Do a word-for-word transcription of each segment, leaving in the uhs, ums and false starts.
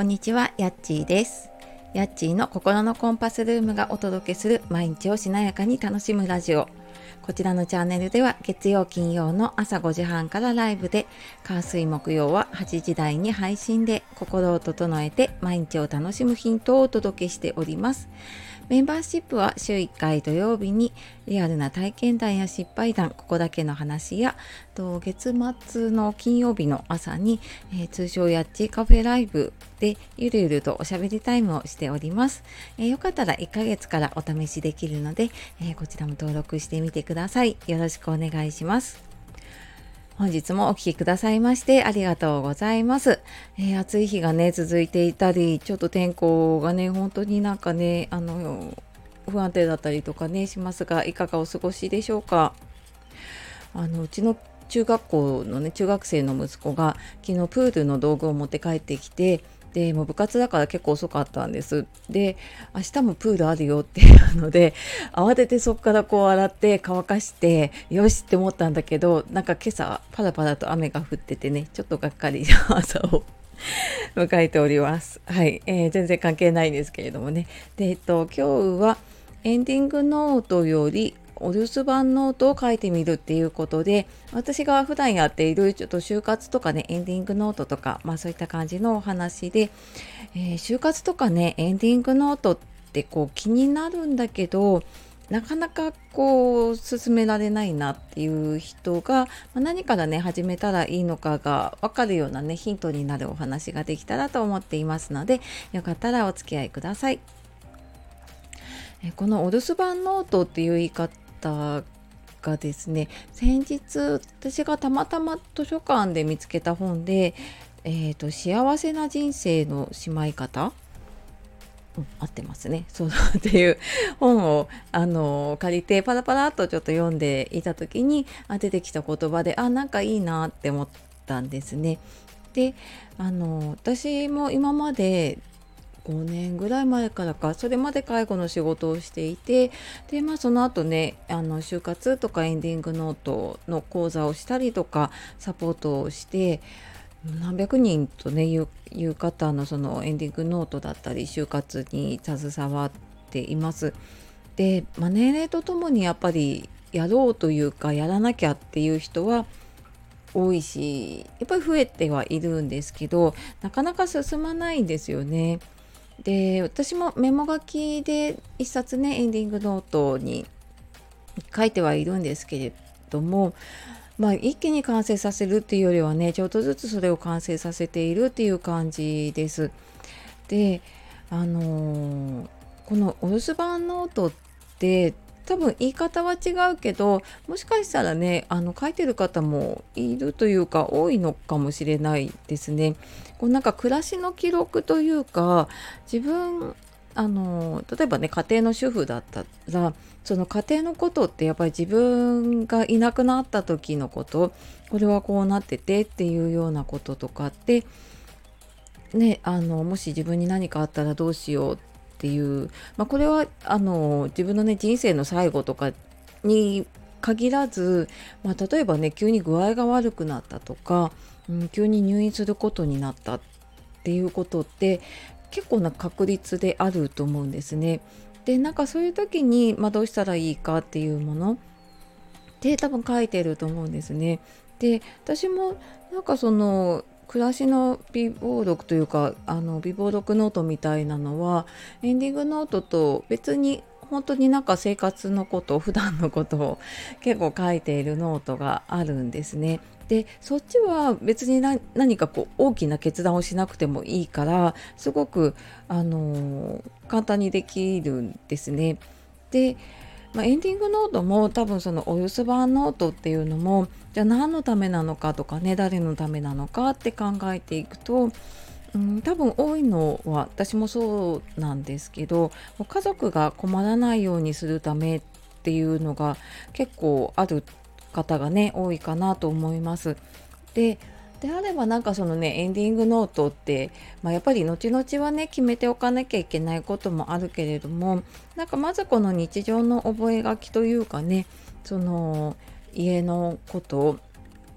んにちは、やっちーです。やっちーの心のコンパスルームがお届けする毎日をしなやかに楽しむラジオ。こちらのチャンネルでは月曜金曜の朝ごじはんからライブで、火水木曜ははちじ台に配信で心を整えて毎日を楽しむヒントをお届けしております。メンバーシップは週いっかい土曜日にリアルな体験談や失敗談、ここだけの話や、と月末の金曜日の朝に、えー、通称やっちカフェライブでゆるゆるとおしゃべりタイムをしております。えー、よかったらいっかげつからお試しできるので、えー、こちらも登録してみてください。よろしくお願いします。本日もお聞きくださいましてありがとうございます。えー、暑い日がね続いていたり、ちょっと天候がね本当になんかねあの不安定だったりとかねしますが、いかがお過ごしでしょうか。あのうちの中学校のね中学生の息子が昨日プールの道具を持って帰ってきて、でもう部活だから結構遅かったんです。で、明日もプールあるよっていうので、慌ててそこからこう洗って乾かしてよしって思ったんだけど、なんか今朝パラパラと雨が降っててね、ちょっとがっかり朝を迎えております。はい、えー、全然関係ないんですけれどもね。で、えっと今日はエンディングノートよりお留守番ノートを書いてみるっていうことで、私が普段やっているちょっと就活とかね、エンディングノートとか、まあそういった感じのお話で、えー、就活とかね、エンディングノートってこう気になるんだけど、なかなかこう進められないなっていう人が、まあ、何からね始めたらいいのかが分かるようなねヒントになるお話ができたらと思っていますので、よかったらお付き合いください。えこのお留守番ノートっていう言い方がですね、先日私がたまたま図書館で見つけた本で、えーと、幸せな人生のしまい方、うん、合ってますね。そうっていう本をあの借りてパラパラっとちょっと読んでいた時に、あ出てきた言葉で、あなんかいいなって思ったんですね。で、あの私も今までごねんぐらい前からか、それまで介護の仕事をしていて、でまあその後ねあの就活とかエンディングノートの講座をしたりとかサポートをして、何百人とねいういう方のそのエンディングノートだったり就活に携わっています。で、まあ、年齢とともにやっぱりやろうというかやらなきゃっていう人は多いし、やっぱり増えてはいるんですけど、なかなか進まないんですよね。で、私もメモ書きで一冊ねエンディングノートに書いてはいるんですけれども、まあ一気に完成させるっていうよりはね、ちょっとずつそれを完成させているっていう感じです。で、あのーこのお留守番ノートって多分言い方は違うけど、もしかしたらねあの書いてる方もいるというか多いのかもしれないですね。こうなんか暮らしの記録というか、自分あの例えばね家庭の主婦だったら、その家庭のことってやっぱり自分がいなくなった時のこと、これはこうなっててっていうようなこととかってね、あのもし自分に何かあったらどうしようっていう、まあ、これはあの自分のね人生の最後とかに限らず、まあ、例えばね急に具合が悪くなったとか、うん、急に入院することになったっていうことって結構な確率であると思うんですね。でなんかそういう時に、まあ、どうしたらいいかっていうもので多分書いてると思うんですね。で私もなんかその暮らしの備忘録というか、あの備忘録ノートみたいなのはエンディングノートと別に本当になんか生活のこと普段のことを結構書いているノートがあるんですね。でそっちは別に何何かこう大きな決断をしなくてもいいから、すごくあのー簡単にできるんですね。でまあ、エンディングノートも多分そのお留守番ノートっていうのも、じゃあ何のためなのかとかね、誰のためなのかって考えていくと、うん、多分多いのは私もそうなんですけど、家族が困らないようにするためっていうのが結構ある方がね多いかなと思います。でであればなんかそのねエンディングノートって、まあ、やっぱり後々はね決めておかなきゃいけないこともあるけれども、なんかまずこの日常の覚書というかね、その家のこと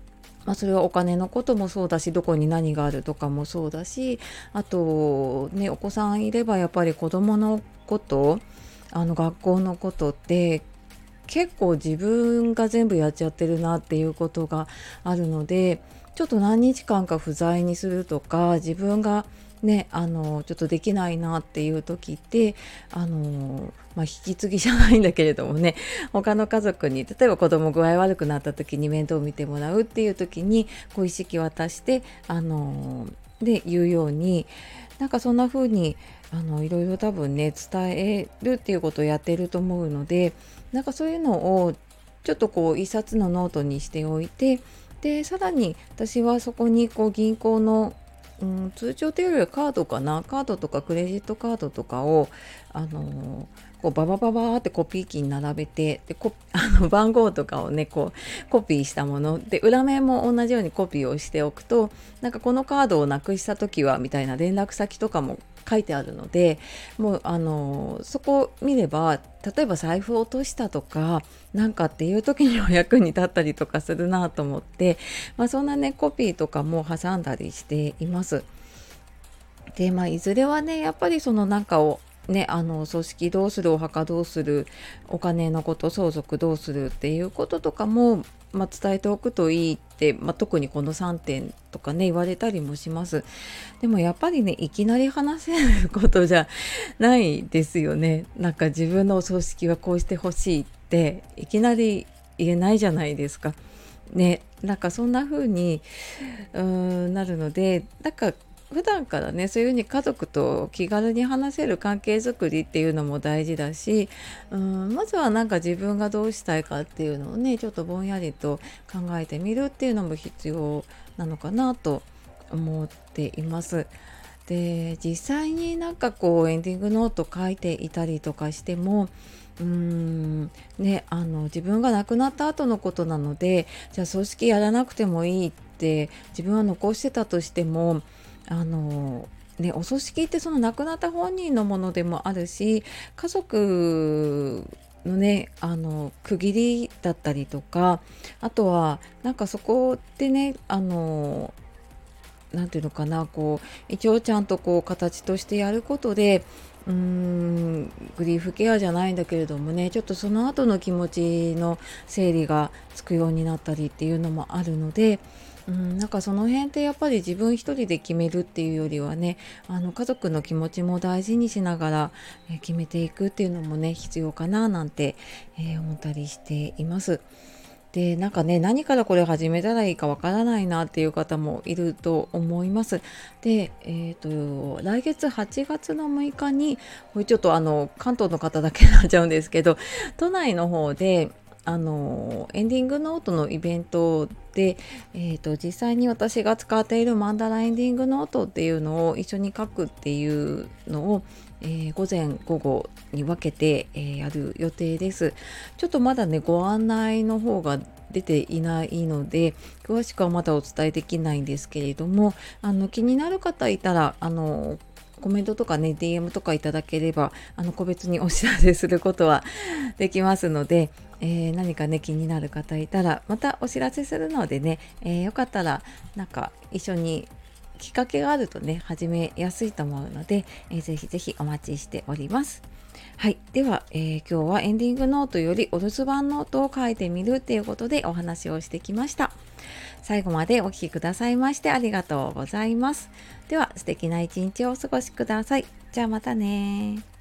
まあ、それはお金のこともそうだし、どこに何があるとかもそうだし、あとね、お子さんいればやっぱり子供のこと、あの学校のことって結構自分が全部やっちゃってるなっていうことがあるので、ちょっと何日間か不在にするとか、自分がね、あのちょっとできないなっていう時って、あの、まあ、引き継ぎじゃないんだけれどもね、他の家族に、例えば子供具合悪くなった時に面倒を見てもらうっていう時にこう意識渡して、あので言うように、なんかそんな風にあのいろいろ多分ね伝えるっていうことをやっていると思うので、なんかそういうのをちょっとこう一冊のノートにしておいて、でさらに私はそこにこう銀行の、うん、通帳というよりはカードかな、カードとかクレジットカードとかをあのこうババババーってコピー機に並べて、でこあの番号とかをねこうコピーしたもので、裏面も同じようにコピーをしておくと、なんかこのカードをなくした時はみたいな連絡先とかも書いてあるので、もうあのそこを見れば、例えば財布を落としたとかなんかっていう時には役に立ったりとかするなと思って、まあ、そんなねコピーとかも挟んだりしています。で、まあ、いずれはねやっぱりそのなんかをね、あの組織どうする、お墓どうする、お金のこと、相続どうするっていうこととかも、まあ、伝えておくといいって、まあ、特にこのさんてんとかね言われたりもします。でもやっぱりね、いきなり話せることじゃないですよね。なんか自分の組織はこうしてほしいっていきなり言えないじゃないですか。ね、なんかそんな風にうーんなるので、なんか普段からねそういう風に家族と気軽に話せる関係づくりっていうのも大事だし、うーんまずはなんか自分がどうしたいかっていうのをねちょっとぼんやりと考えてみるっていうのも必要なのかなと思っています。で、実際になんかこうエンディングノート書いていたりとかしても、うーんね、あの自分が亡くなった後のことなので、じゃあ組織やらなくてもいいって自分は残してたとしても、あのね、お組織ってその亡くなった本人のものでもあるし、家族のねあの区切りだったりとか、あとはなんかそこでね、あのなんていうのかな、こう一応ちゃんとこう形としてやることで、うーんグリーフケアじゃないんだけれどもね、ちょっとその後の気持ちの整理がつくようになったりっていうのもあるので、うん、なんかその辺ってやっぱり自分一人で決めるっていうよりはね、あの家族の気持ちも大事にしながら、えー決めていくっていうのもね必要かななんて、えー思ったりしています。で、なんかね、何からこれ始めたらいいかわからないなっていう方もいると思います。で、えっと、来月はちがつのむいかに、これちょっとあの、関東の方だけになっちゃうんですけど、都内の方で、あの、エンディングノートのイベントで、えっと、実際に私が使っているマンダラエンディングノートっていうのを一緒に書くっていうのを、えー午前午後に分けて、えーやる予定です。ちょっとまだねご案内の方が出ていないので詳しくはまだお伝えできないんですけれども、あの気になる方いたらあのコメントとかね ディーエム とかいただければ、あの個別にお知らせすることはできますので、えー何かね気になる方いたらまたお知らせするのでね、えーよかったらなんか一緒にきっかけがあるとね始めやすいと思うので、えーぜひぜひお待ちしております。はい、では、えー今日はエンディングノートよりお留守番ノートを書いてみるっていうことでお話をしてきました。最後までお聞きくださいましてありがとうございます。では素敵な一日をお過ごしください。じゃあまたね。